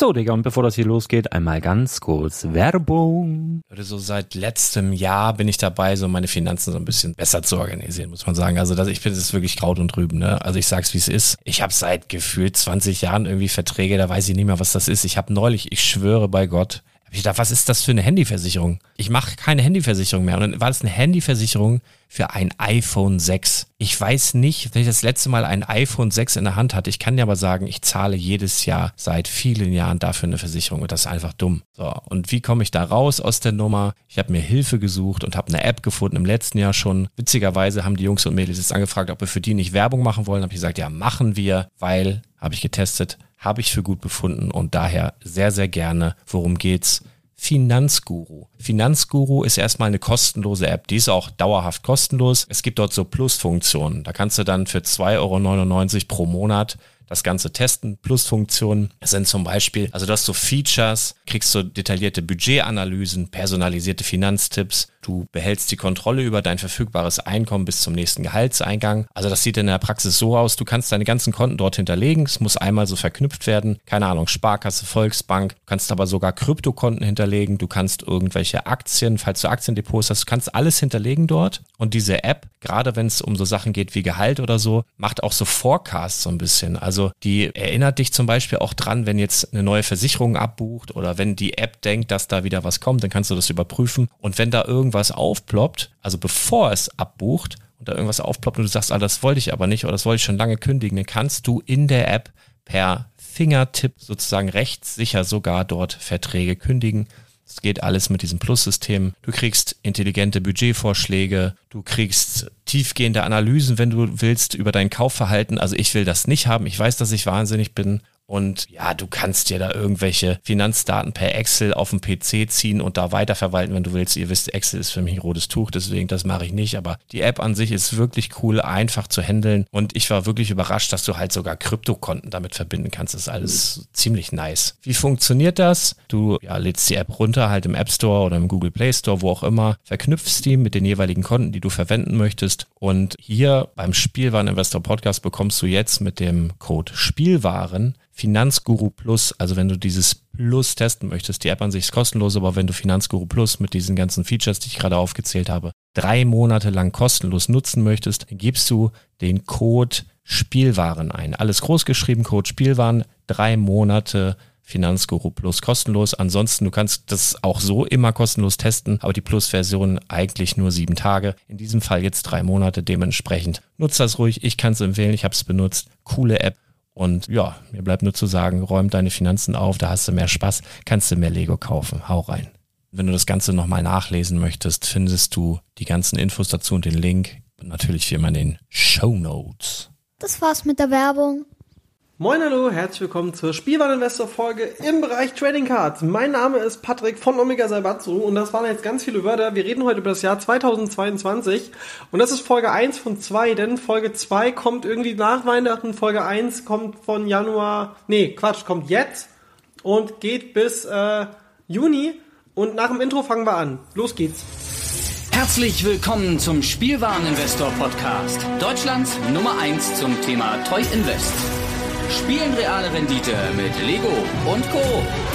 So, Digga, und bevor das hier losgeht, einmal ganz kurz Werbung. So seit letztem Jahr bin ich dabei, so meine Finanzen so ein bisschen besser zu organisieren, muss man sagen. Also ich finde, das ist wirklich Kraut und Rüben, ne? Also ich sag's, wie es ist. Ich habe seit gefühlt 20 Jahren irgendwie Verträge, da weiß ich nicht mehr, was das ist. Ich habe neulich, ich schwöre bei Gott, ich dachte, was ist das für eine Handyversicherung? Ich mache keine Handyversicherung mehr. Und dann war das eine Handyversicherung für ein iPhone 6. Ich weiß nicht, wenn ich das letzte Mal ein iPhone 6 in der Hand hatte. Ich kann dir aber sagen, ich zahle jedes Jahr seit vielen Jahren dafür eine Versicherung. Und das ist einfach dumm. So, und wie komme ich da raus aus der Nummer? Ich habe mir Hilfe gesucht und habe eine App gefunden im letzten Jahr schon. Witzigerweise haben die Jungs und Mädels jetzt angefragt, ob wir für die nicht Werbung machen wollen. Habe ich gesagt, ja, machen wir, weil, habe ich getestet, habe ich für gut befunden und daher sehr, sehr gerne. Worum geht's? Finanzguru. Finanzguru ist erstmal eine kostenlose App. Die ist auch dauerhaft kostenlos. Es gibt dort so Plusfunktionen. Da kannst du dann für 2,99 € pro Monat das Ganze testen. Plusfunktionen sind zum Beispiel, also du hast so Features, kriegst so detaillierte Budgetanalysen, personalisierte Finanztipps, du behältst die Kontrolle über dein verfügbares Einkommen bis zum nächsten Gehaltseingang. Also das sieht in der Praxis so aus, du kannst deine ganzen Konten dort hinterlegen, es muss einmal so verknüpft werden, keine Ahnung, Sparkasse, Volksbank, du kannst aber sogar Kryptokonten hinterlegen, du kannst irgendwelche Aktien, falls du Aktiendepots hast, du kannst alles hinterlegen dort und diese App, gerade wenn es um so Sachen geht wie Gehalt oder so, macht auch so Forecasts so ein bisschen, also die erinnert dich zum Beispiel auch dran, wenn jetzt eine neue Versicherung abbucht oder wenn die App denkt, dass da wieder was kommt, dann kannst du das überprüfen und wenn da irgendwas aufploppt, also bevor es abbucht und da irgendwas aufploppt und du sagst, das wollte ich aber nicht oder das wollte ich schon lange kündigen, dann kannst du in der App per Fingertipp sozusagen rechtssicher sogar dort Verträge kündigen. Das geht alles mit diesem Plus-System. Du kriegst intelligente Budgetvorschläge, du kriegst tiefgehende Analysen, wenn du willst, über dein Kaufverhalten. Also ich will das nicht haben. Ich weiß, dass ich wahnsinnig bin. Und ja, du kannst dir da irgendwelche Finanzdaten per Excel auf dem PC ziehen und da weiterverwalten, wenn du willst. Ihr wisst, Excel ist für mich ein rotes Tuch, deswegen das mache ich nicht. Aber die App an sich ist wirklich cool, einfach zu handeln. Und ich war wirklich überrascht, dass du halt sogar Kryptokonten damit verbinden kannst. Das ist alles ziemlich nice. Wie funktioniert das? Du lädst die App runter, halt im App Store oder im Google Play Store, wo auch immer, verknüpfst die mit den jeweiligen Konten, die du verwenden möchtest. Und hier beim Spielwareninvestor Podcast bekommst du jetzt mit dem Code Spielwaren Finanzguru Plus, also wenn du dieses Plus testen möchtest, die App an sich ist kostenlos, aber wenn du Finanzguru Plus mit diesen ganzen Features, die ich gerade aufgezählt habe, 3 Monate lang kostenlos nutzen möchtest, dann gibst du den Code Spielwaren ein. Alles groß geschrieben, Code Spielwaren, 3 Monate Finanzguru Plus kostenlos. Ansonsten, du kannst das auch so immer kostenlos testen, aber die Plus-Version eigentlich nur 7 Tage. In diesem Fall jetzt 3 Monate, dementsprechend nutzt das ruhig. Ich kann es empfehlen, ich habe es benutzt. Coole App. Und ja, mir bleibt nur zu sagen, räum deine Finanzen auf, da hast du mehr Spaß, kannst du mehr Lego kaufen. Hau rein. Wenn du das Ganze nochmal nachlesen möchtest, findest du die ganzen Infos dazu und den Link. Und natürlich wie immer in den Shownotes. Das war's mit der Werbung. Moin, hallo, herzlich willkommen zur Spielwareninvestor-Folge im Bereich Trading Cards. Mein Name ist Patrick von Omega Saibatsu und das waren jetzt ganz viele Wörter. Wir reden heute über das Jahr 2022 und das ist Folge 1 von 2, denn Folge 2 kommt irgendwie nach Weihnachten, Folge 1 kommt von kommt jetzt und geht bis Juni und nach dem Intro fangen wir an. Los geht's. Herzlich willkommen zum Spielwareninvestor Podcast, Deutschlands Nummer 1 zum Thema Toy Invest. Spielen reale Rendite mit Lego und Co.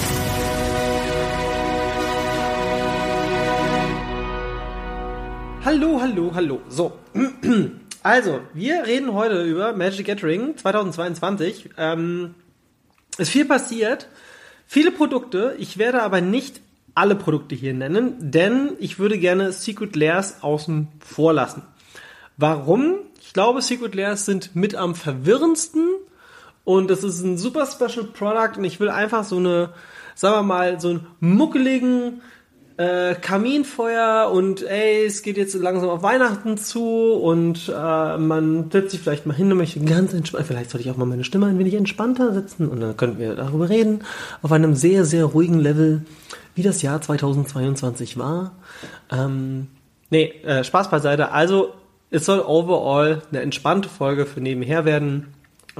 Hallo. So, also, wir reden heute über Magic Gathering 2022. Ist viel passiert, viele Produkte. Ich werde aber nicht alle Produkte hier nennen, denn ich würde gerne Secret Lairs außen vor lassen. Warum? Ich glaube, Secret Lairs sind mit am verwirrendsten. Und es ist ein super Special Product und ich will einfach so einen muckeligen Kaminfeuer und es geht jetzt so langsam auf Weihnachten zu und man setzt sich vielleicht mal hin und möchte ganz entspannt, vielleicht sollte ich auch mal meine Stimme ein wenig entspannter setzen und dann könnten wir darüber reden, auf einem sehr, sehr ruhigen Level, wie das Jahr 2022 war. Spaß beiseite. Also, es soll overall eine entspannte Folge für nebenher werden.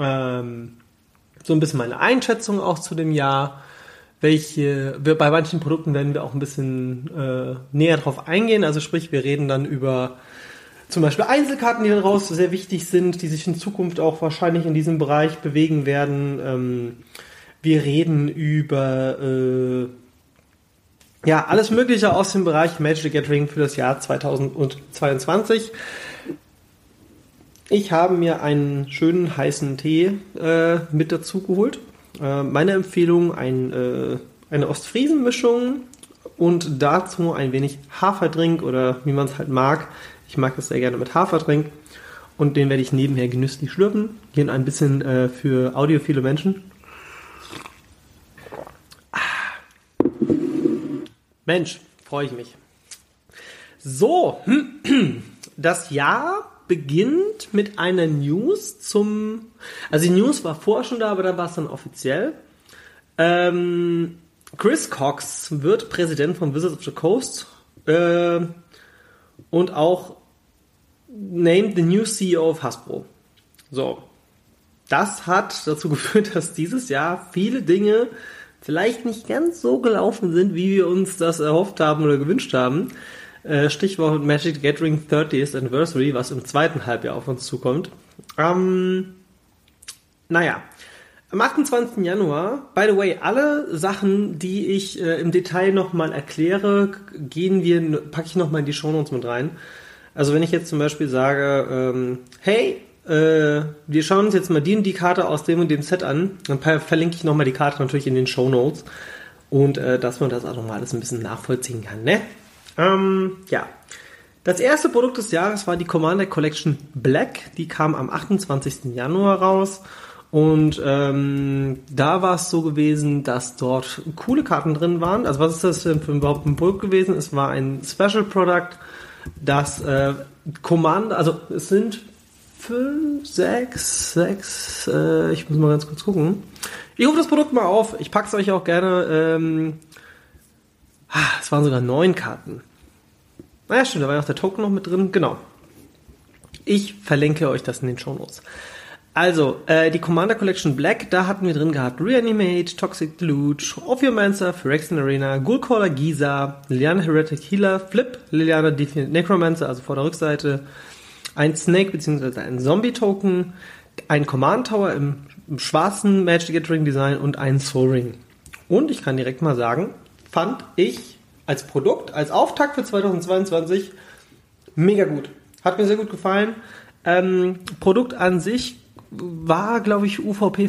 So ein bisschen meine Einschätzung auch zu dem Jahr. Bei manchen Produkten werden wir auch ein bisschen näher drauf eingehen. Also sprich, wir reden dann über zum Beispiel Einzelkarten, die dann raus sehr wichtig sind, die sich in Zukunft auch wahrscheinlich in diesem Bereich bewegen werden. Wir reden über alles Mögliche aus dem Bereich Magic the Gathering für das Jahr 2022. Ich habe mir einen schönen heißen Tee mit dazu geholt. Meine Empfehlung, eine Ostfriesen-Mischung und dazu ein wenig Haferdrink oder wie man es halt mag. Ich mag das sehr gerne mit Haferdrink und den werde ich nebenher genüsslich schlürfen. Hier ein bisschen für audiophile Menschen. Mensch, freue ich mich. So, das Jahr beginnt mit einer News also die News war vorher schon da, aber da war es dann offiziell. Chris Cox wird Präsident von Wizards of the Coast und auch named the new CEO of Hasbro. So, das hat dazu geführt, dass dieses Jahr viele Dinge vielleicht nicht ganz so gelaufen sind, wie wir uns das erhofft haben oder gewünscht haben. Stichwort Magic the Gathering 30th Anniversary, was im zweiten Halbjahr auf uns zukommt. Am 28. Januar, by the way, alle Sachen, die ich im Detail nochmal erkläre, packe ich nochmal in die Shownotes mit rein. Also wenn ich jetzt zum Beispiel sage, wir schauen uns jetzt mal die und die Karte aus dem und dem Set an, dann verlinke ich nochmal die Karte natürlich in den Shownotes und dass man das auch nochmal alles ein bisschen nachvollziehen kann, ne? Das erste Produkt des Jahres war die Commander Collection Black, die kam am 28. Januar raus und da war es so gewesen, dass dort coole Karten drin waren. Also was ist das denn für überhaupt ein Produkt gewesen? Es war ein Special Product, das Commander, also es sind 6, ich muss mal ganz kurz gucken. Ich rufe das Produkt mal auf, ich packe es euch auch gerne. Es waren sogar 9 Karten. Naja, stimmt, da war ja auch der Token noch mit drin, genau. Ich verlinke euch das in den Shownotes. Also, die Commander Collection Black, da hatten wir drin gehabt Reanimate, Toxic Deluge, Ophiomancer, Phyrexian Arena, Ghoulcaller Giza, Liliana Heretic Healer, Flip, Liliana Defiant Necromancer, also vor der Rückseite, ein Snake bzw. ein Zombie-Token, ein Command Tower im schwarzen Magic the Gathering Design und ein Soul Ring. Und ich kann direkt mal sagen, fand ich als Produkt, als Auftakt für 2022 mega gut. Hat mir sehr gut gefallen. Produkt an sich war, glaube ich, UVP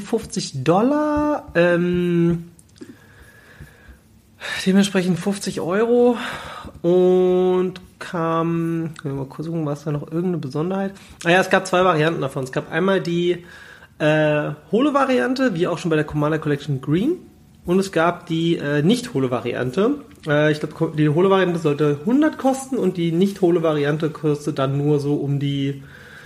$50. Dementsprechend 50 € und kam, mal kurz gucken, war es da noch irgendeine Besonderheit? Es gab 2 Varianten davon. Es gab einmal die Holo-Variante, wie auch schon bei der Commander Collection Green, und es gab die Nicht-Holo-Variante. Ich glaube, die Holo-Variante sollte 100 kosten und die Nicht-Holo-Variante kostet dann nur so um die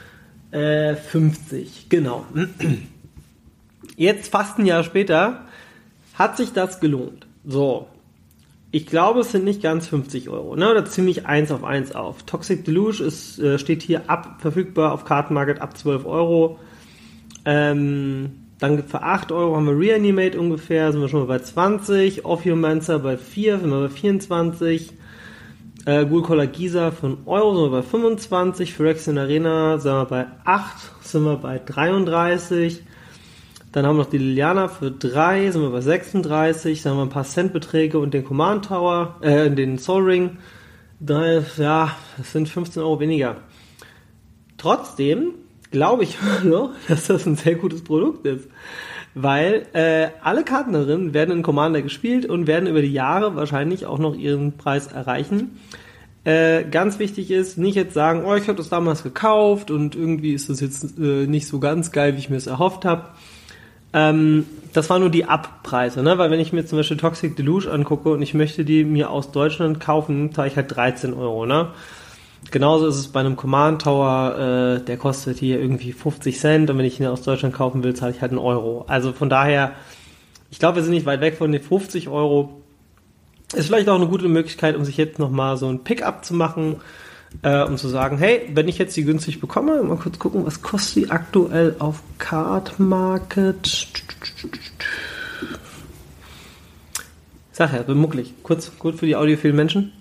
50. Genau. Jetzt, fast ein Jahr später, hat sich das gelohnt. So. Ich glaube, es sind nicht ganz 50 €, ne? Oder ziemlich 1 auf 1 auf. Toxic Deluge steht hier verfügbar auf Kartenmarket ab 12 €. Dann für 8 € haben wir Reanimate ungefähr, sind wir schon mal bei 20. Ophiomancer bei 4, sind wir bei 24. Ghoulcaller Giza für 1 € sind wir bei 25. Phyrexian Arena sind wir bei 8, sind wir bei 33. Dann haben wir noch die Liliana für 3, sind wir bei 36. Dann haben wir ein paar Centbeträge und den Command Tower, den Soul Ring. Das sind 15 € weniger. Trotzdem glaube ich noch, dass das ein sehr gutes Produkt ist. Weil alle Karten darin werden in Commander gespielt und werden über die Jahre wahrscheinlich auch noch ihren Preis erreichen. Ganz wichtig ist, nicht jetzt sagen, ich habe das damals gekauft und irgendwie ist das jetzt nicht so ganz geil, wie ich mir es erhofft habe. Das waren nur die Abpreise, ne? Weil wenn ich mir zum Beispiel Toxic Deluge angucke und ich möchte die mir aus Deutschland kaufen, zahle ich halt 13 €, ne? Genauso ist es bei einem Command Tower, der kostet hier irgendwie 50 Cent und wenn ich ihn aus Deutschland kaufen will, zahle ich halt 1 €. Also von daher, ich glaube, wir sind nicht weit weg von den 50 €. Ist vielleicht auch eine gute Möglichkeit, um sich jetzt nochmal so ein Pick-up zu machen, um zu sagen, hey, wenn ich jetzt die günstig bekomme, mal kurz gucken, was kostet die aktuell auf Card Market? Sag ja, bin mucklig. Kurz, gut für die audiophilen Menschen.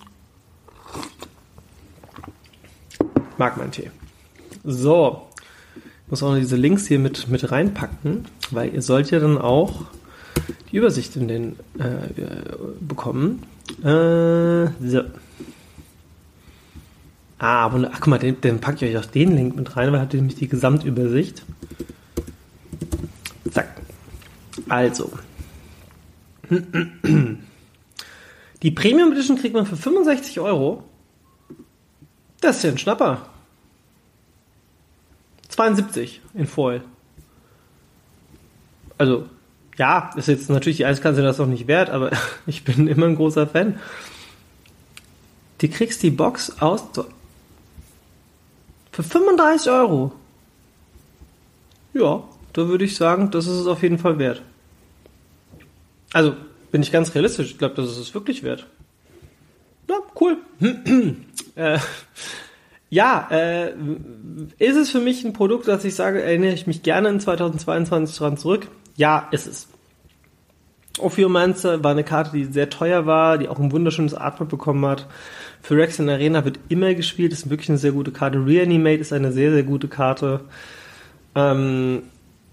Mag meinen Tee. So. Ich muss auch noch diese Links hier mit reinpacken, weil ihr sollt ja dann auch die Übersicht in den bekommen. So. Ach, guck mal, den packe ich euch auch den Link mit rein, weil habt ihr nämlich die Gesamtübersicht. Zack. Also. Die Premium Edition kriegt man für 65 €. Das ist ja ein Schnapper. 72 in Foil. Also, ja, ist jetzt natürlich die Eiskanzler das auch nicht wert, aber ich bin immer ein großer Fan. Du kriegst die Box aus für 35 €. Ja, da würde ich sagen, das ist es auf jeden Fall wert. Also, bin ich ganz realistisch. Ich glaube, das ist es wirklich wert. Ja, cool. Ist es für mich ein Produkt, das ich sage, erinnere ich mich gerne in 2022 dran zurück? Ja, ist es. Ophiomancer war eine Karte, die sehr teuer war, die auch ein wunderschönes Artwork bekommen hat. Phyrexian Arena wird immer gespielt, ist wirklich eine sehr gute Karte. Reanimate ist eine sehr, sehr gute Karte. Nur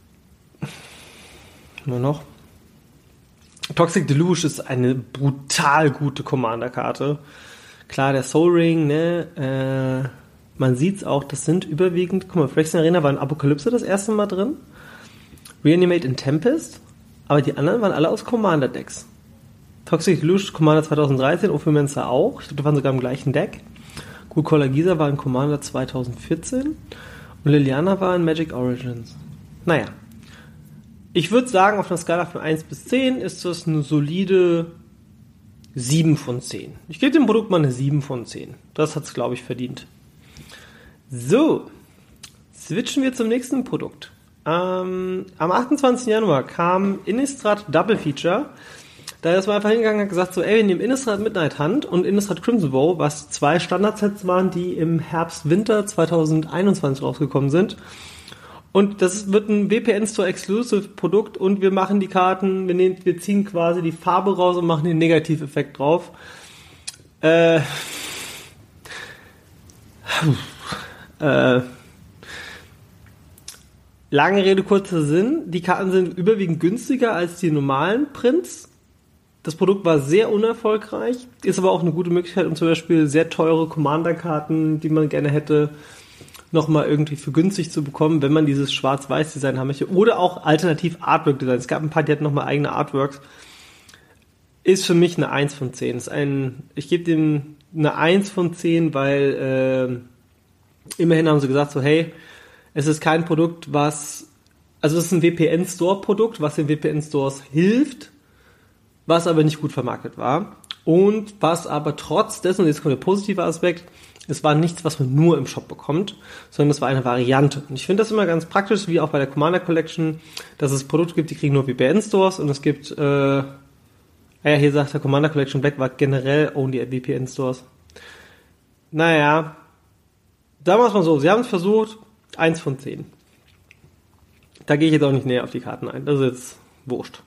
noch. Toxic Deluge ist eine brutal gute Commander-Karte. Klar, der Soul Ring, ne, man sieht's auch, das sind überwiegend, guck mal, Phyrexian Arena war in Apokalypse das erste Mal drin. Reanimate in Tempest, aber die anderen waren alle aus Commander-Decks. Toxic Deluge Commander 2013, Ophiomancer auch, ich glaube, die waren sogar im gleichen Deck. Gulkola Giza war in Commander 2014 und Liliana war in Magic Origins. Naja. Ich würde sagen, auf einer Skala von 1 bis 10 ist das eine solide 7 von 10. Ich gebe dem Produkt mal eine 7 von 10. Das hat es, glaube ich, verdient. So, switchen wir zum nächsten Produkt. Am 28. Januar kam Innistrad Double Feature. Da ist man einfach hingegangen und hat gesagt, so, ey, wir nehmen Innistrad Midnight Hunt und Innistrad Crimson Bow, was 2 Standardsets waren, die im Herbst-Winter 2021 rausgekommen sind. Und das wird ein VPN Store Exclusive Produkt und wir machen die Karten, wir ziehen quasi die Farbe raus und machen den Negativeffekt drauf. Lange Rede, kurzer Sinn. Die Karten sind überwiegend günstiger als die normalen Prints. Das Produkt war sehr unerfolgreich, ist aber auch eine gute Möglichkeit, um zum Beispiel sehr teure Commander-Karten, die man gerne hätte, nochmal irgendwie für günstig zu bekommen, wenn man dieses Schwarz-Weiß-Design haben möchte. Oder auch alternativ Artwork-Design. Es gab ein paar, die hatten nochmal eigene Artworks. Ist für mich eine 1 von 10. Ich gebe dem eine 1 von 10, weil immerhin haben sie gesagt, so hey, es ist kein Produkt, es ist ein VPN-Store-Produkt, was den VPN-Stores hilft, was aber nicht gut vermarktet war. Und was aber trotz dessen, und jetzt kommt der positive Aspekt, es war nichts, was man nur im Shop bekommt, sondern es war eine Variante. Und ich finde das immer ganz praktisch, wie auch bei der Commander Collection, dass es Produkte gibt, die kriegen nur VPN-Stores und es gibt, hier sagt der Commander Collection Black war generell only at VPN-Stores. Naja, sagen wir es mal so, sie haben es versucht, 1 von 10. Da gehe ich jetzt auch nicht näher auf die Karten ein, das ist jetzt wurscht.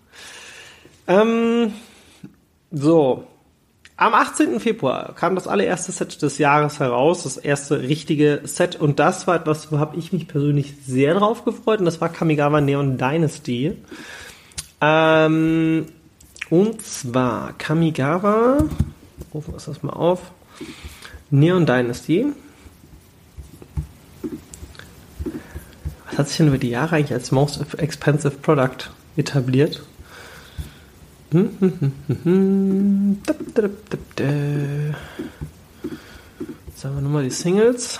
Am 18. Februar kam das allererste Set des Jahres heraus, das erste richtige Set, und das war etwas, wo habe ich mich persönlich sehr drauf gefreut, und das war Kamigawa Neon Dynasty. Und zwar Kamigawa, rufen wir das mal auf, Neon Dynasty. Was hat sich denn über die Jahre eigentlich als Most Expensive Product etabliert? Sagen wir nochmal die Singles.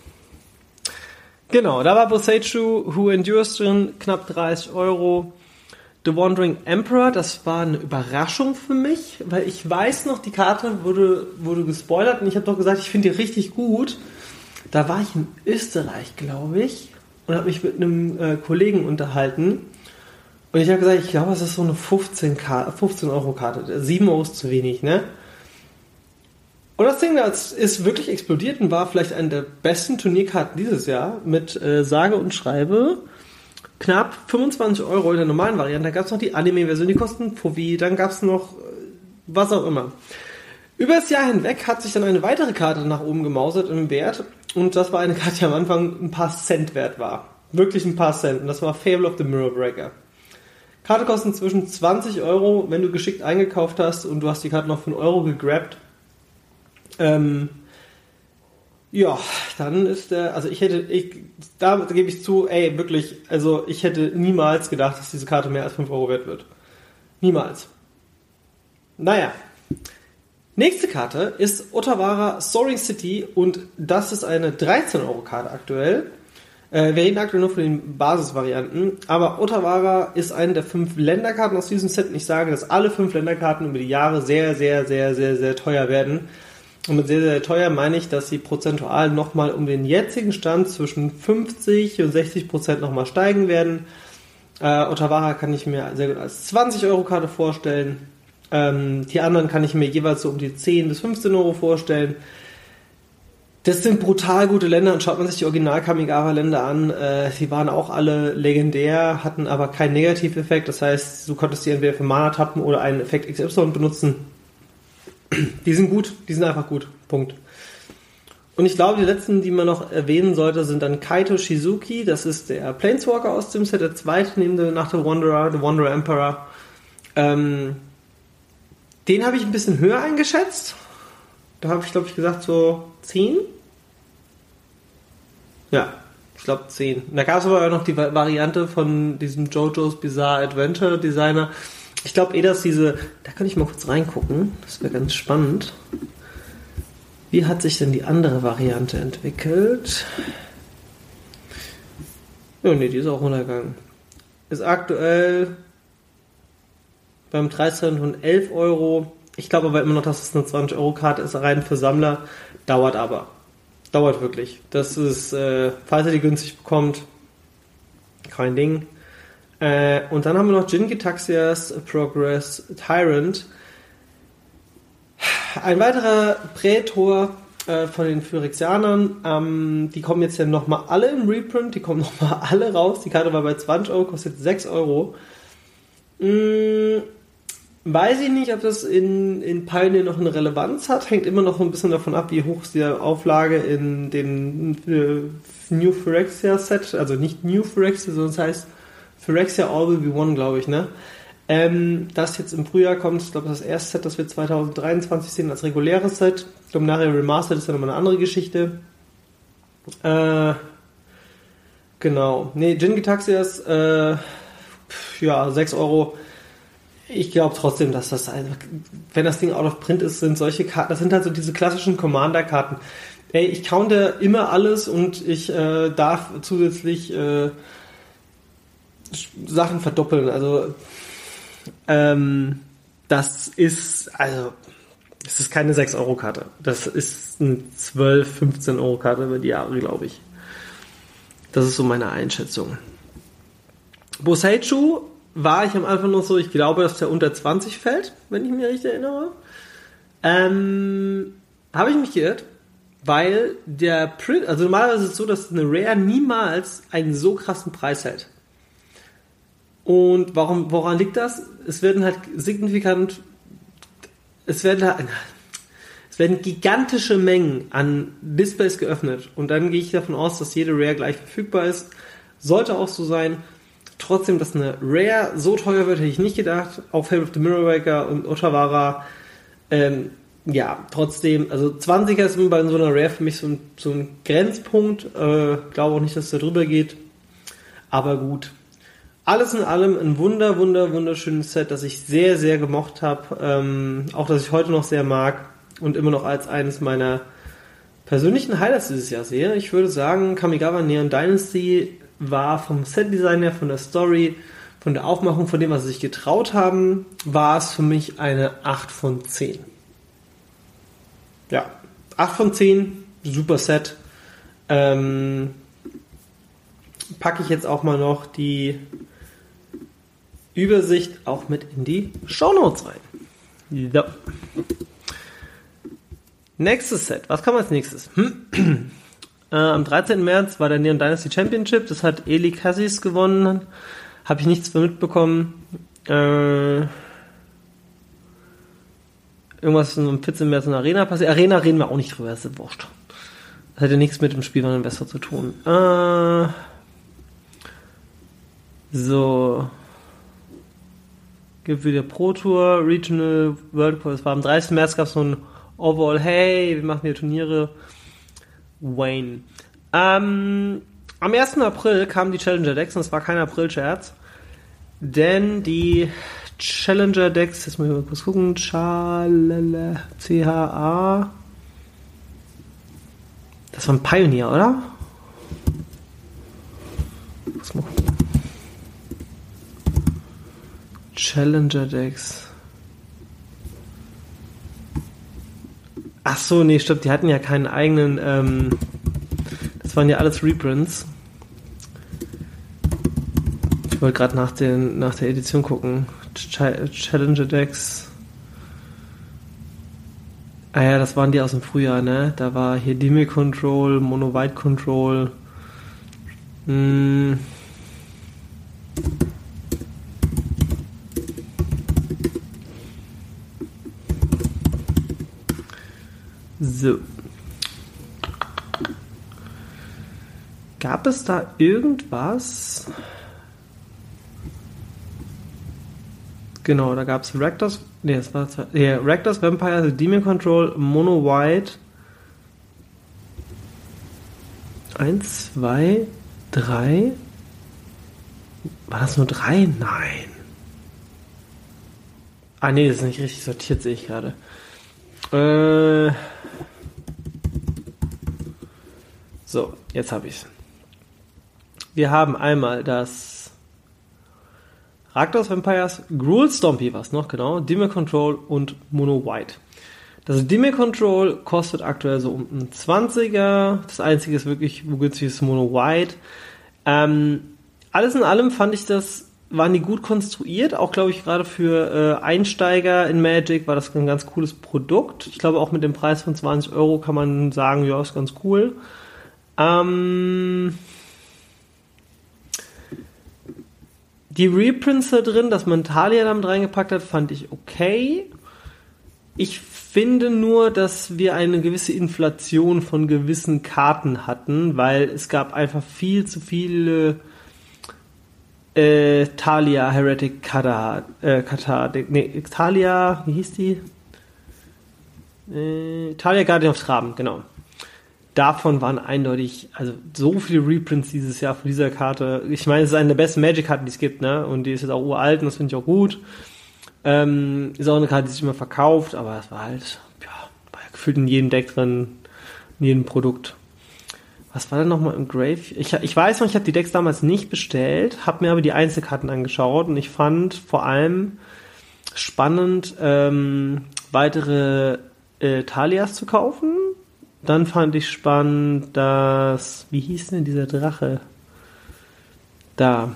Genau, da war Boseiju Who Endures drin, knapp 30 €. The Wandering Emperor, das war eine Überraschung für mich, weil ich weiß noch, die Karte wurde gespoilert und ich habe doch gesagt, ich finde die richtig gut. Da war ich in Österreich, glaube ich, und habe mich mit einem Kollegen unterhalten. Und ich habe gesagt, ich glaube, es ist so eine 15 € Karte. 7 € ist zu wenig, ne? Und das Ding das ist wirklich explodiert und war vielleicht eine der besten Turnierkarten dieses Jahr mit sage und schreibe knapp 25 € in der normalen Variante. Da gab es noch die Anime-Version, die kosten Puffi, dann gab es noch was auch immer. Über das Jahr hinweg hat sich dann eine weitere Karte nach oben gemausert im Wert, und das war eine Karte, die am Anfang ein paar Cent wert war. Wirklich ein paar Cent. Und das war Fable of the Mirror Breaker. Karte kostet inzwischen 20 Euro, wenn du geschickt eingekauft hast und du hast die Karte noch für 1 Euro gegrabt. Ja, dann ist da gebe ich zu, wirklich, also ich hätte niemals gedacht, dass diese Karte mehr als 5 Euro wert wird. Niemals. Naja. Nächste Karte ist Otawara Soaring City und das ist eine 13-Euro-Karte aktuell. Wir reden aktuell nur von den Basisvarianten, aber Otawara ist eine der 5 Länderkarten aus diesem Set und ich sage, dass alle 5 Länderkarten über die Jahre sehr, sehr, sehr, sehr, sehr teuer werden. Und mit sehr, sehr teuer meine ich, dass sie prozentual nochmal um den jetzigen Stand zwischen 50 und 60% nochmal steigen werden. Otawara kann ich mir sehr gut als 20-Euro-Karte vorstellen. Die anderen kann ich mir jeweils so um die 10 bis 15 Euro vorstellen. Das sind brutal gute Länder und schaut man sich die Original-Kamigawa-Länder an, die waren auch alle legendär, hatten aber keinen Negativeffekt. Das heißt, du konntest die entweder für Mana tappen oder einen Effekt XY benutzen. Die sind gut, die sind einfach gut. Punkt. Und ich glaube, die letzten, die man noch erwähnen sollte, sind dann Kaito Shizuki. Das ist der Planeswalker aus dem Set, der zweite nach The Wanderer Emperor. Den habe ich ein bisschen höher eingeschätzt. Da habe ich, glaube ich, gesagt so 10. Ja, ich glaube 10. Da gab es aber auch noch die Variante von diesem JoJo's Bizarre Adventure Designer. Ich glaube dass da kann ich mal kurz reingucken, das wäre ganz spannend. Wie hat sich denn die andere Variante entwickelt? Ja, nee, die ist auch runtergegangen. Ist aktuell beim 13 von 11 Euro. Ich glaube aber immer noch, dass es eine 20-Euro-Karte ist, rein für Sammler. Dauert aber. Dauert wirklich. Das ist, falls ihr die günstig bekommt, kein Ding. Und dann haben wir noch Jin Gitaxias Progress Tyrant. Ein weiterer Prätor von den Phyrexianern. Die kommen jetzt ja nochmal alle im Reprint. Die kommen nochmal alle raus. Die Karte war bei 20 Euro, kostet 6 Euro. Weiß ich nicht, ob das in Pioneer noch eine Relevanz hat. Hängt immer noch ein bisschen davon ab, wie hoch ist die Auflage in dem New Phyrexia Set. Also nicht New Phyrexia, sondern es heißt Phyrexia All Will Be One, glaube ich, ne? Das jetzt im Frühjahr kommt, ich glaube, das erste Set, das wir 2023 sehen als reguläres Set. Ich glaube, nachher Remastered ist ja nochmal eine andere Geschichte. Genau. Ne, Jin Gitaxias, 6 Euro. Ich glaube trotzdem, dass das, also, wenn das Ding out of print ist, sind solche Karten, das sind halt so diese klassischen Commander-Karten. Ich counter immer alles und ich darf zusätzlich Sachen verdoppeln. Also das ist keine 6-Euro-Karte. Das ist eine 12, 15-Euro-Karte über die Jahre, glaube ich. Das ist so meine Einschätzung. Boseiju war ich am Anfang noch so, ich glaube, dass der unter 20 fällt, wenn ich mich richtig erinnere. Habe ich mich geirrt, weil der Print, also normalerweise ist es so, dass eine Rare niemals einen so krassen Preis hält. Und woran liegt das? Es werden gigantische Mengen an Displays geöffnet und dann gehe ich davon aus, dass jede Rare gleich verfügbar ist. Sollte auch so sein. Trotzdem, dass eine Rare so teuer wird, hätte ich nicht gedacht. Auch Fate of the Mirrormaker und Otawara. Trotzdem, also 20er ist immer bei so einer Rare für mich so ein Grenzpunkt. Glaube auch nicht, dass es da drüber geht. Aber gut. Alles in allem ein wunderschönes Set, das ich sehr, sehr gemocht habe. Auch das ich heute noch sehr mag und immer noch als eines meiner persönlichen Highlights dieses Jahr sehe. Ich würde sagen, Kamigawa Neon Dynasty war vom Set-Design her, von der Story, von der Aufmachung, von dem, was sie sich getraut haben, war es für mich eine 8 von 10. Ja, 8 von 10, super Set. Packe ich jetzt auch mal noch die Übersicht auch mit in die Shownotes rein. So. Nächstes Set. Was kam als nächstes? Am 13. März war der Neon Dynasty Championship. Das hat Eli Cassis gewonnen. Habe ich nichts mehr mitbekommen. Irgendwas am 14. März in der Arena passiert. Arena reden wir auch nicht drüber. Das ist wurscht. Das hat ja nichts mit dem Spielwareninvestor zu tun. So. Gibt wieder Pro Tour, Regional, World Tour. Es war am 30. März, gab es so ein Overall, hey, wir machen hier Turniere. Wayne. Am 1. April kamen die Challenger Decks und es war kein April-Scherz. Denn die Challenger Decks, jetzt muss ich mal kurz gucken, CHA. Das war ein Pioneer, oder? Muss mal gucken. Challenger Decks. Ach so, nee, stimmt, die hatten ja keinen eigenen, das waren ja alles Reprints. Ich wollte gerade nach der Edition gucken. Challenger Decks. Ah ja, das waren die aus dem Frühjahr, ne? Da war hier Demi Control, Mono White Control. So. Gab es da irgendwas? Genau, da gab es Rakdos, Rakdos, Vampire, Demon Control, Mono White. 1, 2, 3. War das nur 3? Nein. Ah nee, das ist nicht richtig sortiert, sehe ich gerade. So, jetzt habe ich's. Wir haben einmal das Rakdos Vampires, Gruul Stompy, was noch genau, Dimmer Control und Mono White. Das Dimmer Control kostet aktuell so um einen 20er. Das einzige ist wirklich, wo günstig ist, Mono White. Alles in allem fand ich waren die gut konstruiert. Auch, glaube ich, gerade für Einsteiger in Magic war das ein ganz cooles Produkt. Ich glaube, auch mit dem Preis von 20 € kann man sagen, ja, ist ganz cool. Die Reprints da drin, dass man Talia damit reingepackt hat, fand ich okay. Ich finde nur, dass wir eine gewisse Inflation von gewissen Karten hatten, weil es gab einfach viel zu viele Talia Heretic Katar, Talia, wie hieß die? Talia Guardian of Thraben, genau. Davon waren eindeutig, also so viele Reprints dieses Jahr von dieser Karte. Ich meine, es ist eine der besten Magic-Karten, die es gibt, ne? Und die ist jetzt auch uralt und das finde ich auch gut. Ist auch eine Karte, die sich immer verkauft, aber es war halt, war ja gefühlt in jedem Deck drin, in jedem Produkt. Was war denn nochmal im Grave? Ich weiß noch, ich habe die Decks damals nicht bestellt, habe mir aber die Einzelkarten angeschaut und ich fand vor allem spannend, weitere Talias zu kaufen. Dann fand ich spannend, dass, wie hieß denn dieser Drache? Da.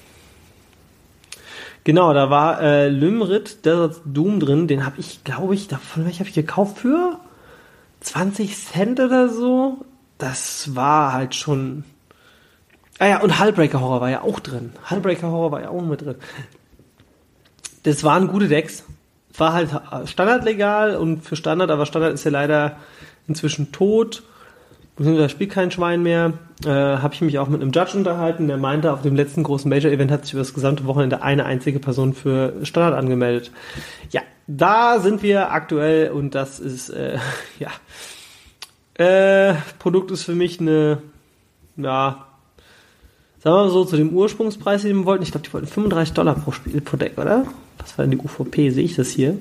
Genau, da war Limrit, Desert Doom drin, den habe ich, glaube ich, von welchem habe ich gekauft für 20 Cent oder so. Das war halt schon. Ah ja, und Hullbreaker Horror war ja auch drin. Hullbreaker Horror war ja auch mit drin. Das waren gute Decks. War halt standardlegal und für Standard, aber Standard ist ja leider inzwischen tot. Da spielt kein Schwein mehr. Habe ich mich auch mit einem Judge unterhalten, der meinte, auf dem letzten großen Major-Event hat sich über das gesamte Wochenende eine einzige Person für Standard angemeldet. Ja, da sind wir aktuell und das ist, Produkt ist für mich eine, ja, sagen wir mal so, zu dem Ursprungspreis, den wir wollten. Ich glaube, die wollten $35 pro Spiel, pro Deck, oder? Was war denn die UVP? Sehe ich das hier?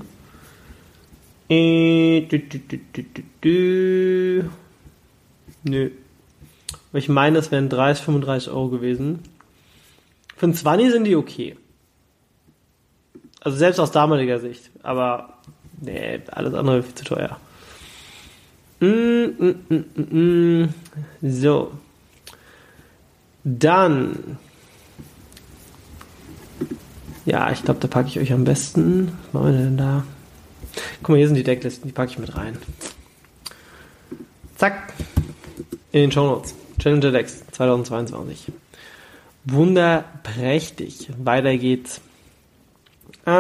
Nö. Ich meine, das wären 30, 35 € gewesen. Für einen 20 sind die okay. Also selbst aus damaliger Sicht. Aber, nee, alles andere viel zu teuer. So. Dann. Ja, ich glaube, da packe ich euch am besten. Was machen wir denn da? Guck mal, hier sind die Decklisten, die packe ich mit rein. Zack. In den Shownotes. Challenger Decks 2022. Wunderprächtig. Weiter geht's. Das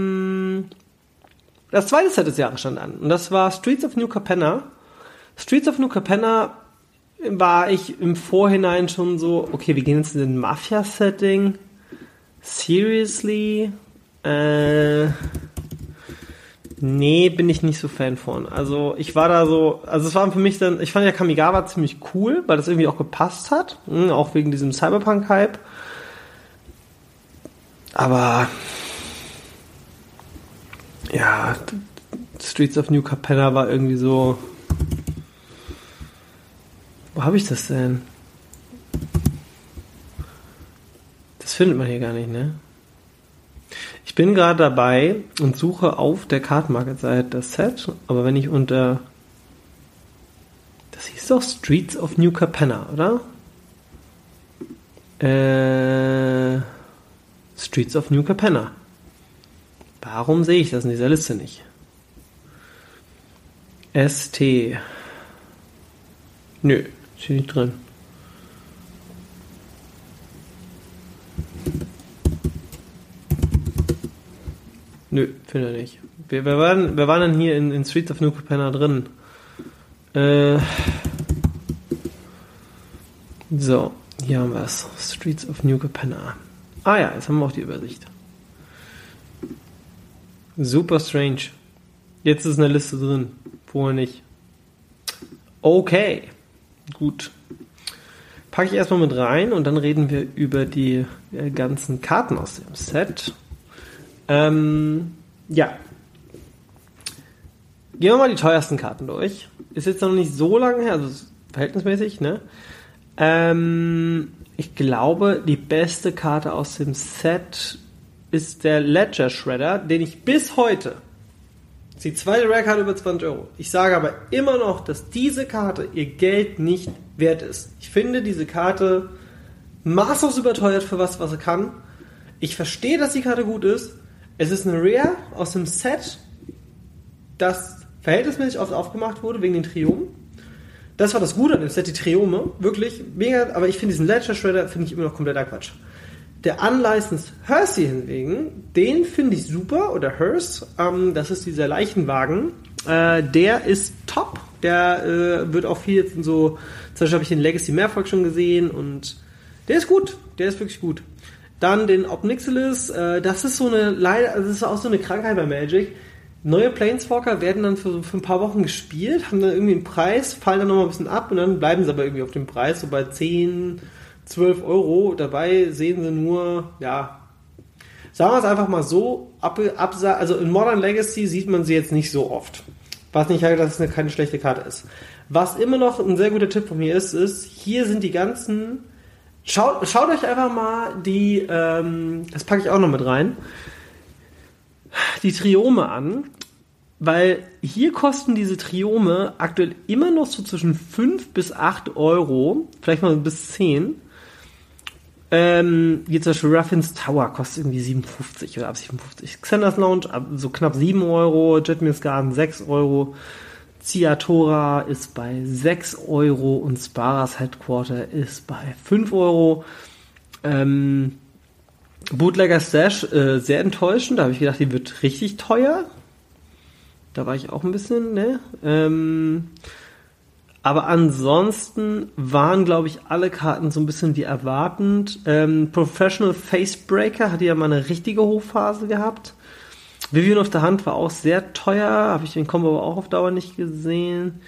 zweite Set des Jahres stand an. Und das war Streets of New Capenna. Streets of New Capenna war ich im Vorhinein schon so, okay, wir gehen jetzt in den Mafia-Setting. Seriously? Nee, bin ich nicht so Fan von. Also ich war da so, also es war für mich dann, ich fand ja Kamigawa ziemlich cool, weil das irgendwie auch gepasst hat, auch wegen diesem Cyberpunk-Hype. Aber ja, Streets of New Capenna war irgendwie so, wo habe ich das denn? Das findet man hier gar nicht, ne? Ich bin gerade dabei und suche auf der Card Market Seite das Set, aber wenn ich unter, das hieß doch Streets of New Capenna, oder? Streets of New Capenna. Warum sehe ich das in dieser Liste nicht? ST. Nö, ist hier nicht drin. Nö, finde ich nicht. Wir waren dann hier in Streets of New Capenna drin. So, hier haben wir es. Streets of New Capenna. Ah ja, jetzt haben wir auch die Übersicht. Super strange. Jetzt ist eine Liste drin. Vorher nicht. Okay. Gut. Packe ich erstmal mit rein und dann reden wir über die ganzen Karten aus dem Set. Ja. Gehen wir mal die teuersten Karten durch. Ist jetzt noch nicht so lange her, also verhältnismäßig, ne? Ich glaube, die beste Karte aus dem Set ist der Ledger Shredder, den ich bis heute, das ist die zweite Rare-Karte über 20 €. Ich sage aber immer noch, dass diese Karte ihr Geld nicht wert ist. Ich finde diese Karte maßlos überteuert für was sie kann. Ich verstehe, dass die Karte gut ist. Es ist eine Rare aus dem Set, das verhältnismäßig oft aufgemacht wurde, wegen den Triomen. Das war das Gute an dem Set, die Triome. Wirklich mega, aber ich finde diesen Ledger Shredder finde ich immer noch kompletter Quatsch. Der Unlicensed Hersey hingegen, den finde ich super, oder Hearse, das ist dieser Leichenwagen, der ist top. Der wird auch viel jetzt in so, zum Beispiel habe ich den Legacy Mehrfolg schon gesehen und der ist gut, der ist wirklich gut. Dann den Obnixilis, das ist so eine, leider, das ist auch so eine Krankheit bei Magic. Neue Planeswalker werden dann für ein paar Wochen gespielt, haben dann irgendwie einen Preis, fallen dann nochmal ein bisschen ab und dann bleiben sie aber irgendwie auf dem Preis, so bei 10, 12 €. Dabei sehen sie nur, ja, sagen wir es einfach mal so, also in Modern Legacy sieht man sie jetzt nicht so oft. Was nicht heißt, dass es keine schlechte Karte ist. Was immer noch ein sehr guter Tipp von mir ist, hier sind die ganzen, schaut euch einfach mal die, das packe ich auch noch mit rein, die Triome an, weil hier kosten diese Triome aktuell immer noch so zwischen 5 bis 8 €, vielleicht mal bis 10. Wie zum Beispiel Ruffin's Tower kostet irgendwie 57 oder ab 57. Xander's Lounge ab so knapp 7 €, Jetmir's Garden 6 €, Ciatora ist bei 6 € und Sparas Headquarter ist bei 5 €. Bootlegger Stash, sehr enttäuschend. Da habe ich gedacht, die wird richtig teuer. Da war ich auch ein bisschen, ne? Aber ansonsten waren, glaube ich, alle Karten so ein bisschen wie erwartend. Professional Facebreaker hatte ja mal eine richtige Hochphase gehabt. Vivian of the Hand war auch sehr teuer. Habe ich den Combo aber auch auf Dauer nicht gesehen.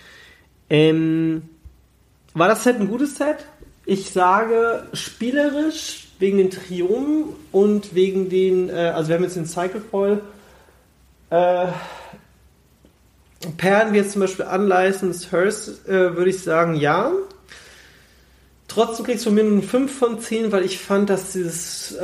War das Set ein gutes Set? Ich sage spielerisch wegen den Triomen und wegen den, also wir haben jetzt den Cycle Foil, Perlen wie jetzt zum Beispiel Unlicensed Hearse, würde ich sagen, ja. Trotzdem kriegst du von mir eine 5 von 10, weil ich fand, dass dieses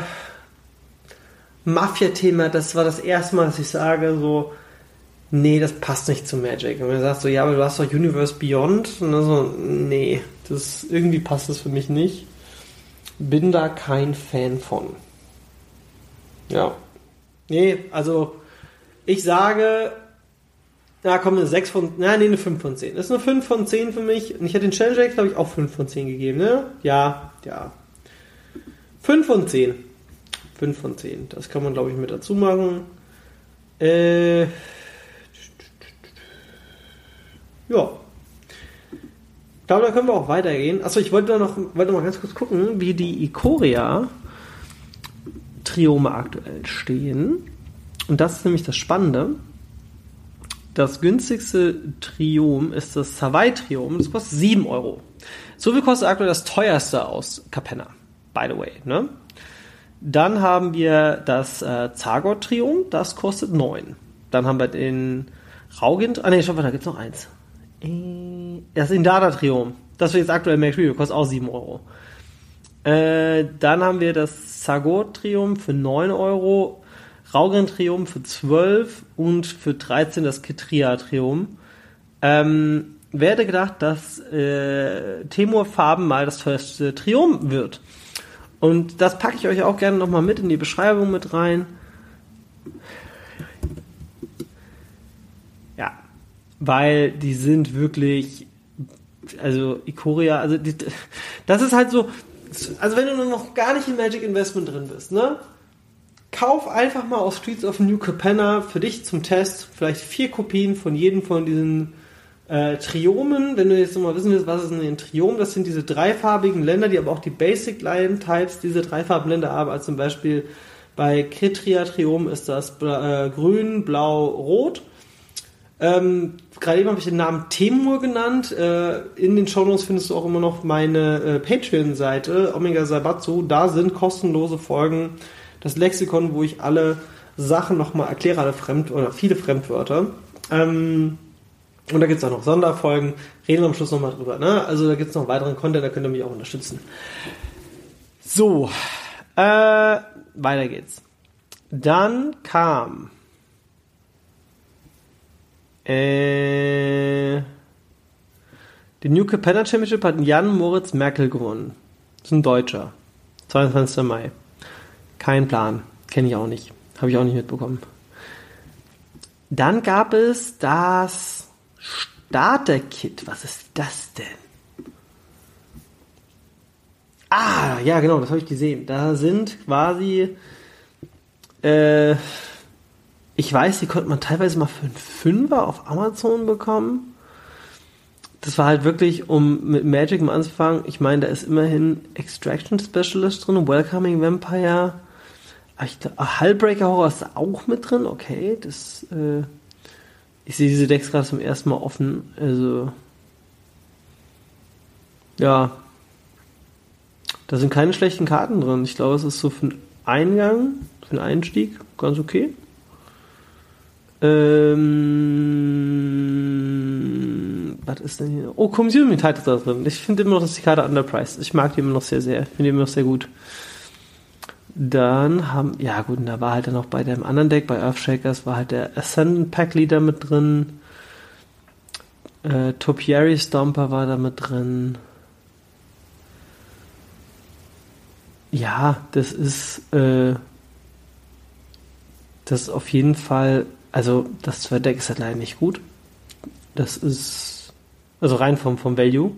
Mafia-Thema, das war das erste Mal, dass ich sage, so, nee, das passt nicht zu Magic. Und wenn du sagst so, ja, aber du hast doch Universe Beyond, und dann so, nee, irgendwie passt das für mich nicht. Bin da kein Fan von. Ja. Nee, also, ich sage, eine 6 von, eine 5 von 10. Das ist eine 5 von 10 für mich. Und ich hätte den Challenger, glaube ich, auch 5 von 10 gegeben, ne? Ja. 5 von 10. 5 von 10. Das kann man, glaube ich, mit dazu machen. Ja. Ich glaube, da können wir auch weitergehen. Achso, ich wollte mal ganz kurz gucken, wie die Ikoria Triome aktuell stehen. Und das ist nämlich das Spannende. Das günstigste Triom ist das Savai-Triom. Das kostet 7 Euro. So viel kostet aktuell das teuerste aus Capenna. By the way, ne? Dann haben wir das Zagot-Triom. Das kostet 9. Dann haben wir den Raugint. Da gibt's noch eins. Das Indada-Triom. Das wird jetzt aktuell Max Review. Kostet auch 7 Euro. Dann haben wir das Zagot-Triom für 9 Euro. Raugint-Triom für 12 und für 13 das Ketria-Triom. Wer hätte gedacht, dass Temur Farben mal das teuerste Triom wird? Und das packe ich euch auch gerne nochmal mit in die Beschreibung mit rein. Ja, weil die sind wirklich, also Ikoria, also das ist halt so, also wenn du noch gar nicht in Magic Investment drin bist, ne? Kauf einfach mal auf Streets of New Capenna für dich zum Test vielleicht 4 Kopien von jedem von diesen Triomen. Wenn du jetzt noch mal wissen willst, was ist denn ein Triom? Das sind diese dreifarbigen Länder, die aber auch die Basic Line Types diese dreifarbigen Länder haben. Also zum Beispiel bei Ketria Triom ist das grün, blau, rot. Gerade eben habe ich den Namen Temur genannt. In den Shownotes findest du auch immer noch meine Patreon-Seite, Omega Saibatsu. Da sind kostenlose Folgen, das Lexikon, wo ich alle Sachen nochmal erkläre, oder viele Fremdwörter. Und da gibt es auch noch Sonderfolgen, reden wir am Schluss nochmal drüber. Ne? Also da gibt es noch weiteren Content, da könnt ihr mich auch unterstützen. So, weiter geht's. Dann kam den New Capenna Championship hat Jan Moritz Merkel gewonnen. Das ist ein Deutscher. 22. Mai. Kein Plan. Kenne ich auch nicht. Habe ich auch nicht mitbekommen. Dann gab es das Starter-Kit. Was ist das denn? Ah, ja genau, das habe ich gesehen. Da sind quasi ich weiß, die konnte man teilweise mal für einen Fünfer auf Amazon bekommen. Das war halt wirklich, um mit Magic mal anzufangen. Ich meine, da ist immerhin Extraction Specialist drin, Welcoming Vampire. Hullbreaker Horror ist auch mit drin. Okay, das ich sehe diese Decks gerade zum ersten Mal offen. Also ja, da sind keine schlechten Karten drin. Ich glaube, es ist so für den Eingang, für den Einstieg ganz okay. Was ist denn hier? Oh, Consume Titles da drin. Ich finde immer noch, dass die Karte underpriced. Ich mag die immer noch sehr, sehr. Ich finde die immer noch sehr gut. Dann da war halt dann noch bei dem anderen Deck, bei Earthshakers, war halt der Ascendant Pack Leader mit drin. Topiary Stomper war da mit drin. Ja, das ist auf jeden Fall. Also, das 2 Deck ist halt leider nicht gut. Das ist, also rein vom Value.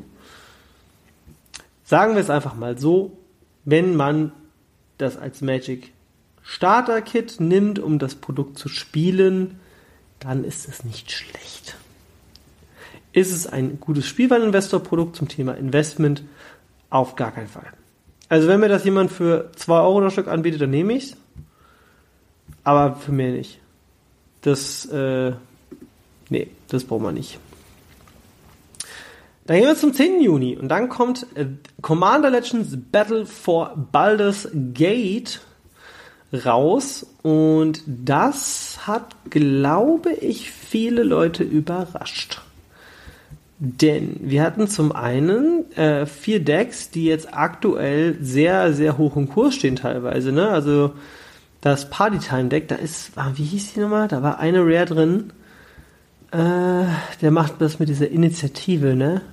Sagen wir es einfach mal so, wenn man das als Magic Starter Kit nimmt, um das Produkt zu spielen, dann ist es nicht schlecht. Ist es ein gutes Spielwareninvestor-Produkt zum Thema Investment? Auf gar keinen Fall. Also, wenn mir das jemand für 2 Euro das Stück anbietet, dann nehme ich es. Aber für mehr nicht. Das braucht man nicht. Dann gehen wir zum 10. Juni und dann kommt Commander Legends Battle for Baldur's Gate raus und das hat, glaube ich, viele Leute überrascht. Denn wir hatten zum einen 4 Decks, die jetzt aktuell sehr, sehr hoch im Kurs stehen teilweise, ne? Also das Party-Time-Deck, wie hieß die nochmal? Da war eine Rare drin. Der macht das mit dieser Initiative, ne?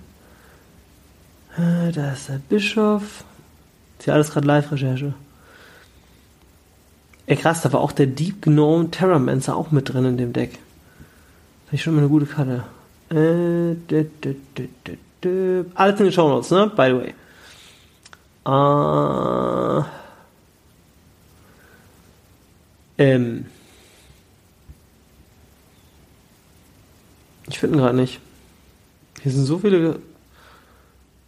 Da ist der Bischof. Ist ja alles gerade Live-Recherche. Ey, krass, da war auch der Deep Gnome Terramancer auch mit drin in dem Deck. Das ist schon mal eine gute Karte. Alles in den Shownotes, ne? By the way. Ich finde ihn gerade nicht. Hier sind so viele.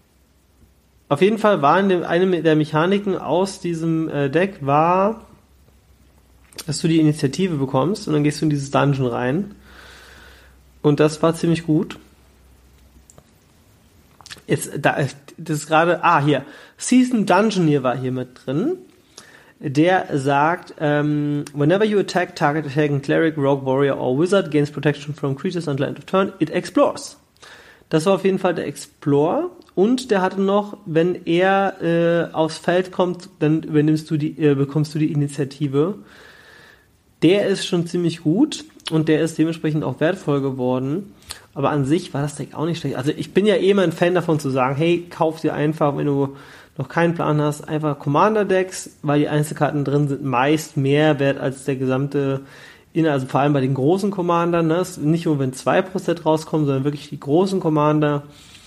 Auf jeden Fall war eine der Mechaniken aus diesem Deck war dass du die Initiative bekommst und dann gehst du in dieses Dungeon rein. Und das war ziemlich gut. Jetzt, das ist gerade, hier, Season Dungeoneer war hier mit drin. Der sagt, whenever you attack target attacking cleric, rogue, warrior or wizard gains protection from creatures until end of turn, it explores. Das war auf jeden Fall der Explore. Und der hatte noch, wenn er aufs Feld kommt, dann bekommst du die Initiative. Der ist schon ziemlich gut und der ist dementsprechend auch wertvoll geworden. Aber an sich war das Deck auch nicht schlecht. Also ich bin ja immer ein Fan davon zu sagen, hey, kauf dir einfach, wenn du noch keinen Plan hast, einfach Commander-Decks, weil die Einzelkarten drin sind meist mehr wert als der gesamte, also vor allem bei den großen Commandern, ne? Nicht nur wenn 2% rauskommen, sondern wirklich die großen Commander.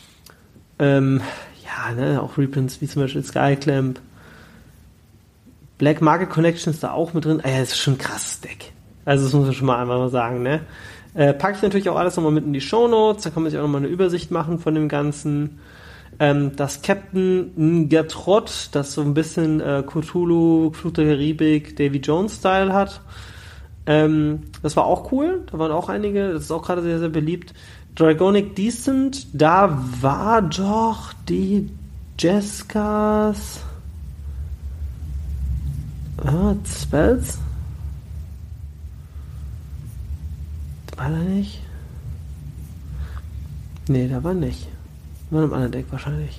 Auch Reprints wie zum Beispiel Skyclamp. Black Market Connection ist da auch mit drin. Das ist schon ein krasses Deck. Also das muss man schon mal einmal sagen, ne? Packe ich natürlich auch alles nochmal mit in die Shownotes, da kann man sich auch nochmal eine Übersicht machen von dem Ganzen. Das Captain Gertrott, das so ein bisschen Cthulhu, Fluch der Karibik, Davy Jones Style hat. Das war auch cool, da waren auch einige, das ist auch gerade sehr, sehr beliebt. Dragonic Descent, da war doch die Jeskas Spells? War da nicht? Nee, da war nicht. War in einem anderen Deck wahrscheinlich.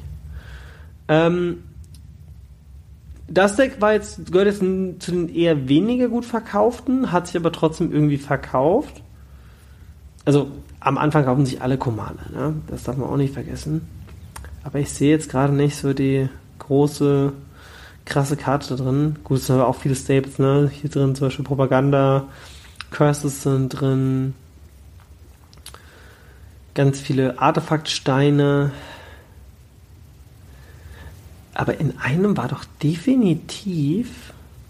Das Deck gehört jetzt zu den eher weniger gut verkauften, hat sich aber trotzdem irgendwie verkauft. Also am Anfang kaufen sich alle Commander, ne? Das darf man auch nicht vergessen. Aber ich sehe jetzt gerade nicht so die große, krasse Karte da drin. Gut, es sind aber auch viele Staples, ne? Hier drin zum Beispiel Propaganda, Curses sind drin, ganz viele Artefaktsteine. Aber in einem war doch definitiv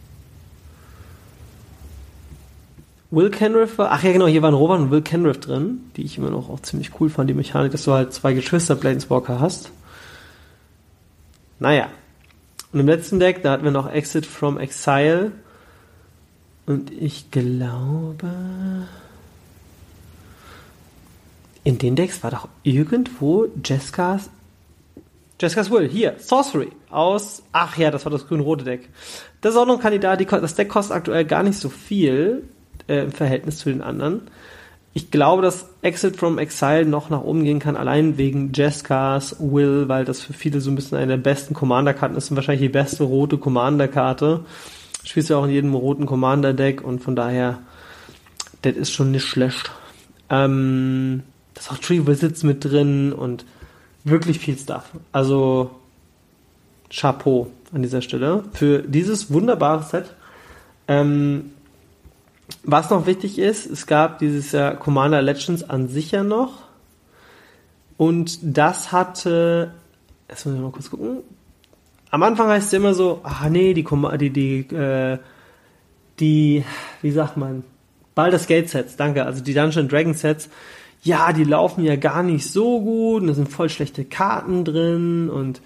Will Kenrith war, hier waren Rowan und Will Kenrith drin, die ich immer noch auch ziemlich cool fand, die Mechanik, dass du halt 2 Geschwister-Planeswalker hast. Naja. Und im letzten Deck, da hatten wir noch Exit from Exile. Und ich glaube, in den Decks war doch irgendwo Jeskas Will, hier, Sorcery aus, das war das grün-rote Deck. Das ist auch noch ein Kandidat, das Deck kostet aktuell gar nicht so viel im Verhältnis zu den anderen. Ich glaube, dass Exit from Exile noch nach oben gehen kann, allein wegen Jeskas Will, weil das für viele so ein bisschen eine der besten Commander-Karten ist und wahrscheinlich die beste rote Commander-Karte. Spielst du auch in jedem roten Commander-Deck und von daher, das ist schon nicht schlecht. Da ist auch Tree Wizards mit drin und wirklich viel Stuff. Also Chapeau an dieser Stelle für dieses wunderbare Set. Was noch wichtig ist, es gab dieses Jahr Commander Legends an sich ja noch und das hatte, jetzt muss ich mal kurz gucken, am Anfang heißt es ja immer so, die wie sagt man, Baldur's Gate Sets, danke, also die Dungeons & Dragons Sets, ja, die laufen ja gar nicht so gut und da sind voll schlechte Karten drin und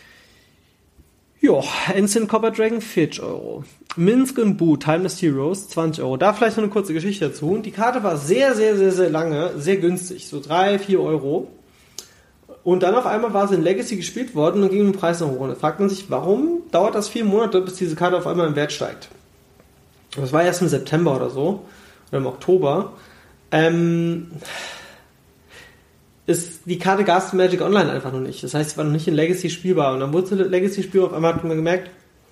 Ensign Copper Dragon 40 €. Minsk und Boo, Timeless Heroes, 20 €. Da vielleicht noch eine kurze Geschichte dazu. Die Karte war sehr, sehr, sehr, sehr lange, sehr günstig, so 3-4 €. Und dann auf einmal war sie in Legacy gespielt worden und ging im Preis nach oben. Da fragt man sich, warum dauert das 4 Monate, bis diese Karte auf einmal im Wert steigt? Das war erst im September oder so, oder im Oktober. Die Karte gab es in Magic Online einfach noch nicht. Das heißt, sie war noch nicht in Legacy spielbar. Und dann wurde sie Legacy spielbar, auf einmal hat man gemerkt,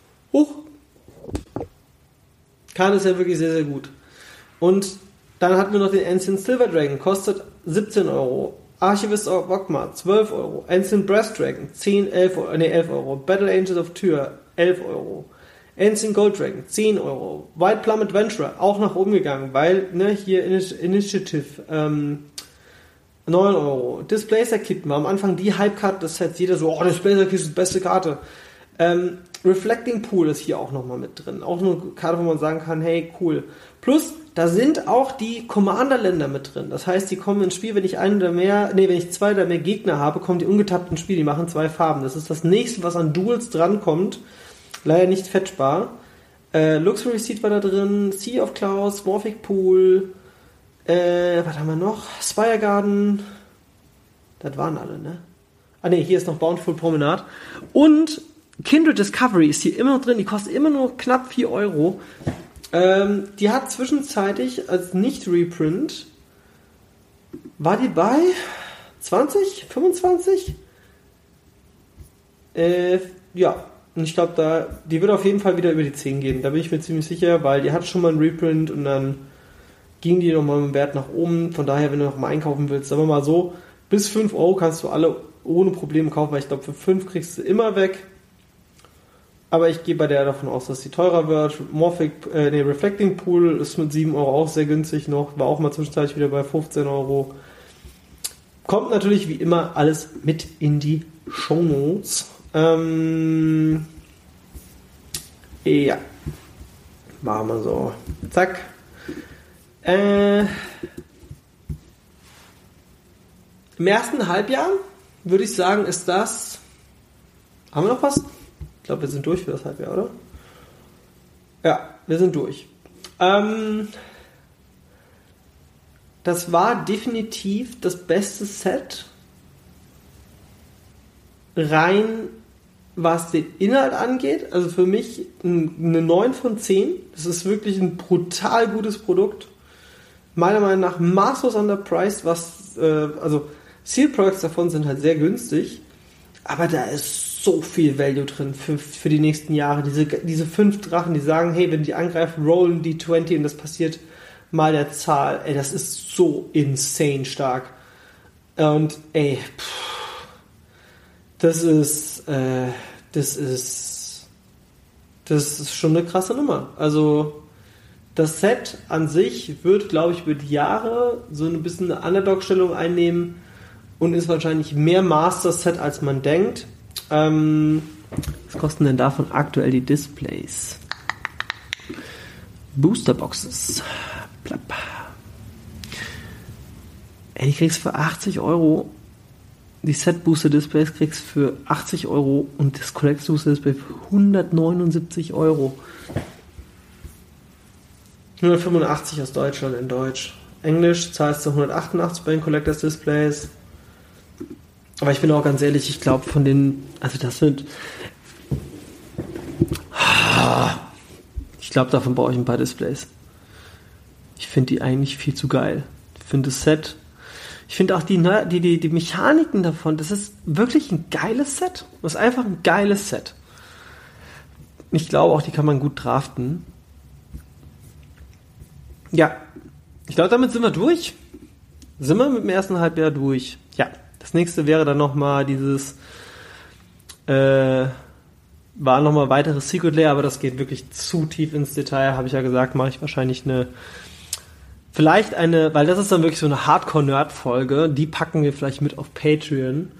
Karte ist ja wirklich sehr, sehr gut. Und dann hatten wir noch den Ancient Silver Dragon, kostet 17 €. Archivist of Ogma, 12 €. Ancient Brass Dragon, 11 €. Battle Angels of Tyr, 11 €. Ancient Gold Dragon, 10 €. White Plum Adventurer, auch nach oben gegangen, weil, hier Initiative, 9 €. Displacer Kit war am Anfang die Hype-Karte des Sets. Jeder so, Displacer Kit ist die beste Karte. Reflecting Pool ist hier auch nochmal mit drin. Auch eine Karte, wo man sagen kann, hey, cool. Plus, da sind auch die Commander-Länder mit drin. Das heißt, die kommen ins Spiel, wenn ich wenn ich 2 oder mehr Gegner habe, kommen die ungetappt ins Spiel. Die machen 2 Farben. Das ist das nächste, was an Duels drankommt. Leider nicht fetchbar. Luxury Seat war da drin, Sea of Clouds, Morphic Pool, was haben wir noch? Spire Garden, das waren alle, ne? Ah ne, hier ist noch Bountiful Promenade. Und Kindred Discovery ist hier immer noch drin, die kostet immer nur knapp 4 Euro. Die hat zwischenzeitlich als Nicht-Reprint, war die bei 20, 25? Ja, und ich glaube, die wird auf jeden Fall wieder über die 10 gehen. Da bin ich mir ziemlich sicher, weil die hat schon mal einen Reprint und dann ging die nochmal im Wert nach oben. Von daher, wenn du nochmal einkaufen willst, sagen wir mal so, bis 5 Euro kannst du alle ohne Probleme kaufen, weil ich glaube, für 5 kriegst du immer weg. Aber ich gehe bei der davon aus, dass die teurer wird. Reflecting Pool ist mit 7 Euro auch sehr günstig noch. War auch mal zwischenzeitlich wieder bei 15 Euro. Kommt natürlich wie immer alles mit in die Shownotes. Ja. Machen wir so. Zack. Im ersten Halbjahr würde ich sagen, ist das... Haben wir noch was? Ich glaube, wir sind durch für das Halbjahr, oder? Ja, wir sind durch. Das war definitiv das beste Set. Rein, was den Inhalt angeht. Also für mich eine 9 von 10. Das ist wirklich ein brutal gutes Produkt. Meiner Meinung nach maßlos underpriced, also Seal Products davon sind halt sehr günstig. Aber da ist so viel Value drin für die nächsten Jahre. Diese 5 Drachen, die sagen, hey, wenn die angreifen, rollen die 20 und das passiert mal der Zahl. Ey, das ist so insane stark. Und ey, das ist schon eine krasse Nummer. Also das Set an sich wird, glaube ich, über die Jahre so ein bisschen eine Underdog-Stellung einnehmen und ist wahrscheinlich mehr Master-Set, als man denkt. Was kosten denn davon aktuell die Displays? Boosterboxes. Plapp. Ey, die kriegst für 80 Euro. Die Set-Booster-Displays kriegst für 80 Euro und das Collect-Booster-Display für 179 Euro. 185 aus Deutschland in Deutsch. Englisch zahlst du 188 bei den Collectors Displays. Aber ich bin auch ganz ehrlich, ich glaube von den, also das sind, ich glaube davon brauche ich ein paar Displays. Ich finde die eigentlich viel zu geil. Ich finde das Set, ich finde auch die Mechaniken davon, das ist wirklich ein geiles Set. Das ist einfach ein geiles Set. Ich glaube auch, die kann man gut draften. Ja, ich glaube, damit sind wir durch. Sind wir mit dem ersten Halbjahr durch. Ja, das nächste wäre dann nochmal dieses, war nochmal weiteres Secret Lair, aber das geht wirklich zu tief ins Detail, habe ich ja gesagt, mache ich wahrscheinlich weil das ist dann wirklich so eine Hardcore-Nerd-Folge, die packen wir vielleicht mit auf Patreon.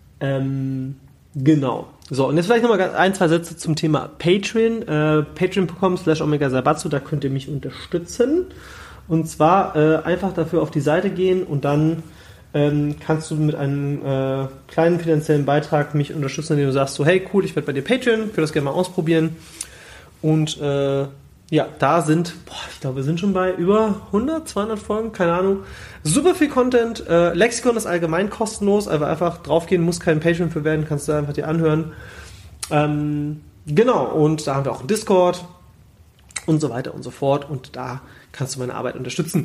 Genau. So, und jetzt vielleicht nochmal ein, zwei Sätze zum Thema Patreon. Patreon.com/Omega-Sabatsu, da könnt ihr mich unterstützen. Und zwar einfach dafür auf die Seite gehen und dann kannst du mit einem kleinen finanziellen Beitrag mich unterstützen, indem du sagst so, hey cool, ich werde bei dir Patreon, ich würde das gerne mal ausprobieren. Und ja, da sind, ich glaube, wir sind schon bei über 100, 200 Folgen, keine Ahnung. Super viel Content. Lexikon ist allgemein kostenlos, aber einfach draufgehen, muss kein Patreon für werden, kannst du einfach dir anhören. Genau, und da haben wir auch einen Discord und so weiter und so fort. Und da kannst du meine Arbeit unterstützen.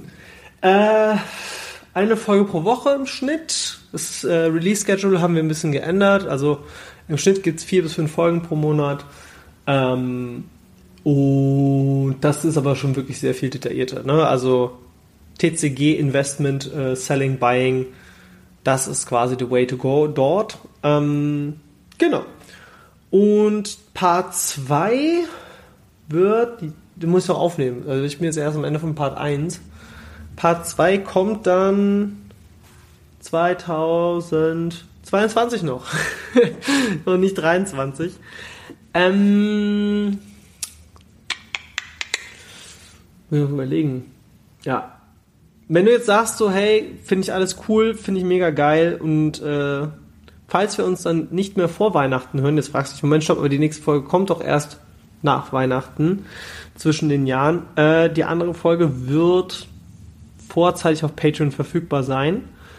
Eine Folge pro Woche im Schnitt. Das Release-Schedule haben wir ein bisschen geändert. Also im Schnitt gibt es 4 bis 5 Folgen pro Monat. Und das ist aber schon wirklich sehr viel detaillierter. Ne? Also TCG, Investment, Selling, Buying, das ist quasi the way to go dort. Genau. Und Part 2 du musst doch aufnehmen. Also ich bin jetzt erst am Ende von Part 1. Part 2 kommt dann 2022 noch. Und nicht 23. Muss ich noch überlegen. Ja. Wenn du jetzt sagst so, hey, finde ich alles cool, finde ich mega geil und falls wir uns dann nicht mehr vor Weihnachten hören, jetzt fragst du dich, Moment, stopp, aber die nächste Folge kommt doch erst nach Weihnachten zwischen den Jahren. Die andere Folge wird vorzeitig auf Patreon verfügbar sein.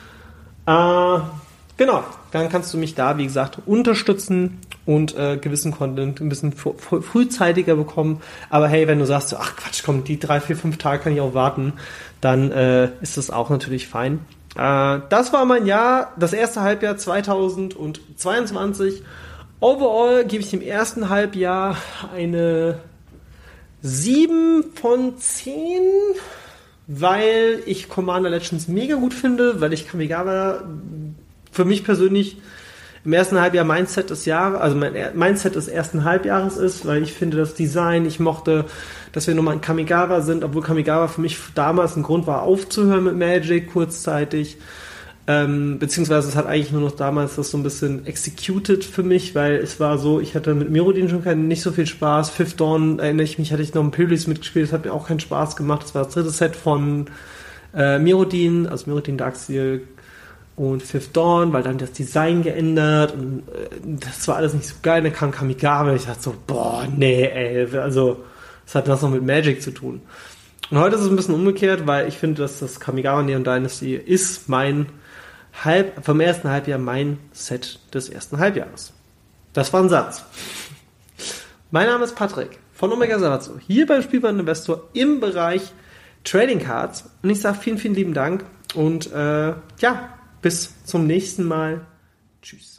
Genau, dann kannst du mich da, wie gesagt, unterstützen und gewissen Content ein bisschen frühzeitiger bekommen. Aber hey, wenn du sagst, so, ach Quatsch, komm, die 3, 4, 5 Tage kann ich auch warten, dann ist das auch natürlich fein. Das war mein Jahr, das erste Halbjahr 2022. Overall gebe ich dem ersten Halbjahr eine 7 von 10, weil ich Commander Legends mega gut finde, weil ich Kamigawa für mich persönlich im ersten Halbjahr mein Set des Jahres, also mein Set des ersten Halbjahres ist, weil ich finde das Design, ich mochte, dass wir nochmal in Kamigawa sind, obwohl Kamigawa für mich damals ein Grund war, aufzuhören mit Magic kurzzeitig, beziehungsweise es hat eigentlich nur noch damals das so ein bisschen executed für mich, weil es war so, ich hatte mit Mirrodin schon nicht so viel Spaß, Fifth Dawn, erinnere ich mich, hatte ich noch ein Pylis mitgespielt, das hat mir auch keinen Spaß gemacht, das war das dritte Set von Mirrodin, also Mirrodin Darksteel und Fifth Dawn, weil dann das Design geändert und das war alles nicht so geil, dann kam Kamigawa und ich dachte so, boah, nee, ey, also das hat das noch mit Magic zu tun. Und heute ist es ein bisschen umgekehrt, weil ich finde, dass das Kamigawa Neon Dynasty ist vom ersten Halbjahr mein Set des ersten Halbjahres. Das war ein Satz. Mein Name ist Patrick von Omega Salazzo, hier beim Spielwareninvestor im Bereich Trading Cards. Und ich sage vielen, vielen lieben Dank und bis zum nächsten Mal. Tschüss.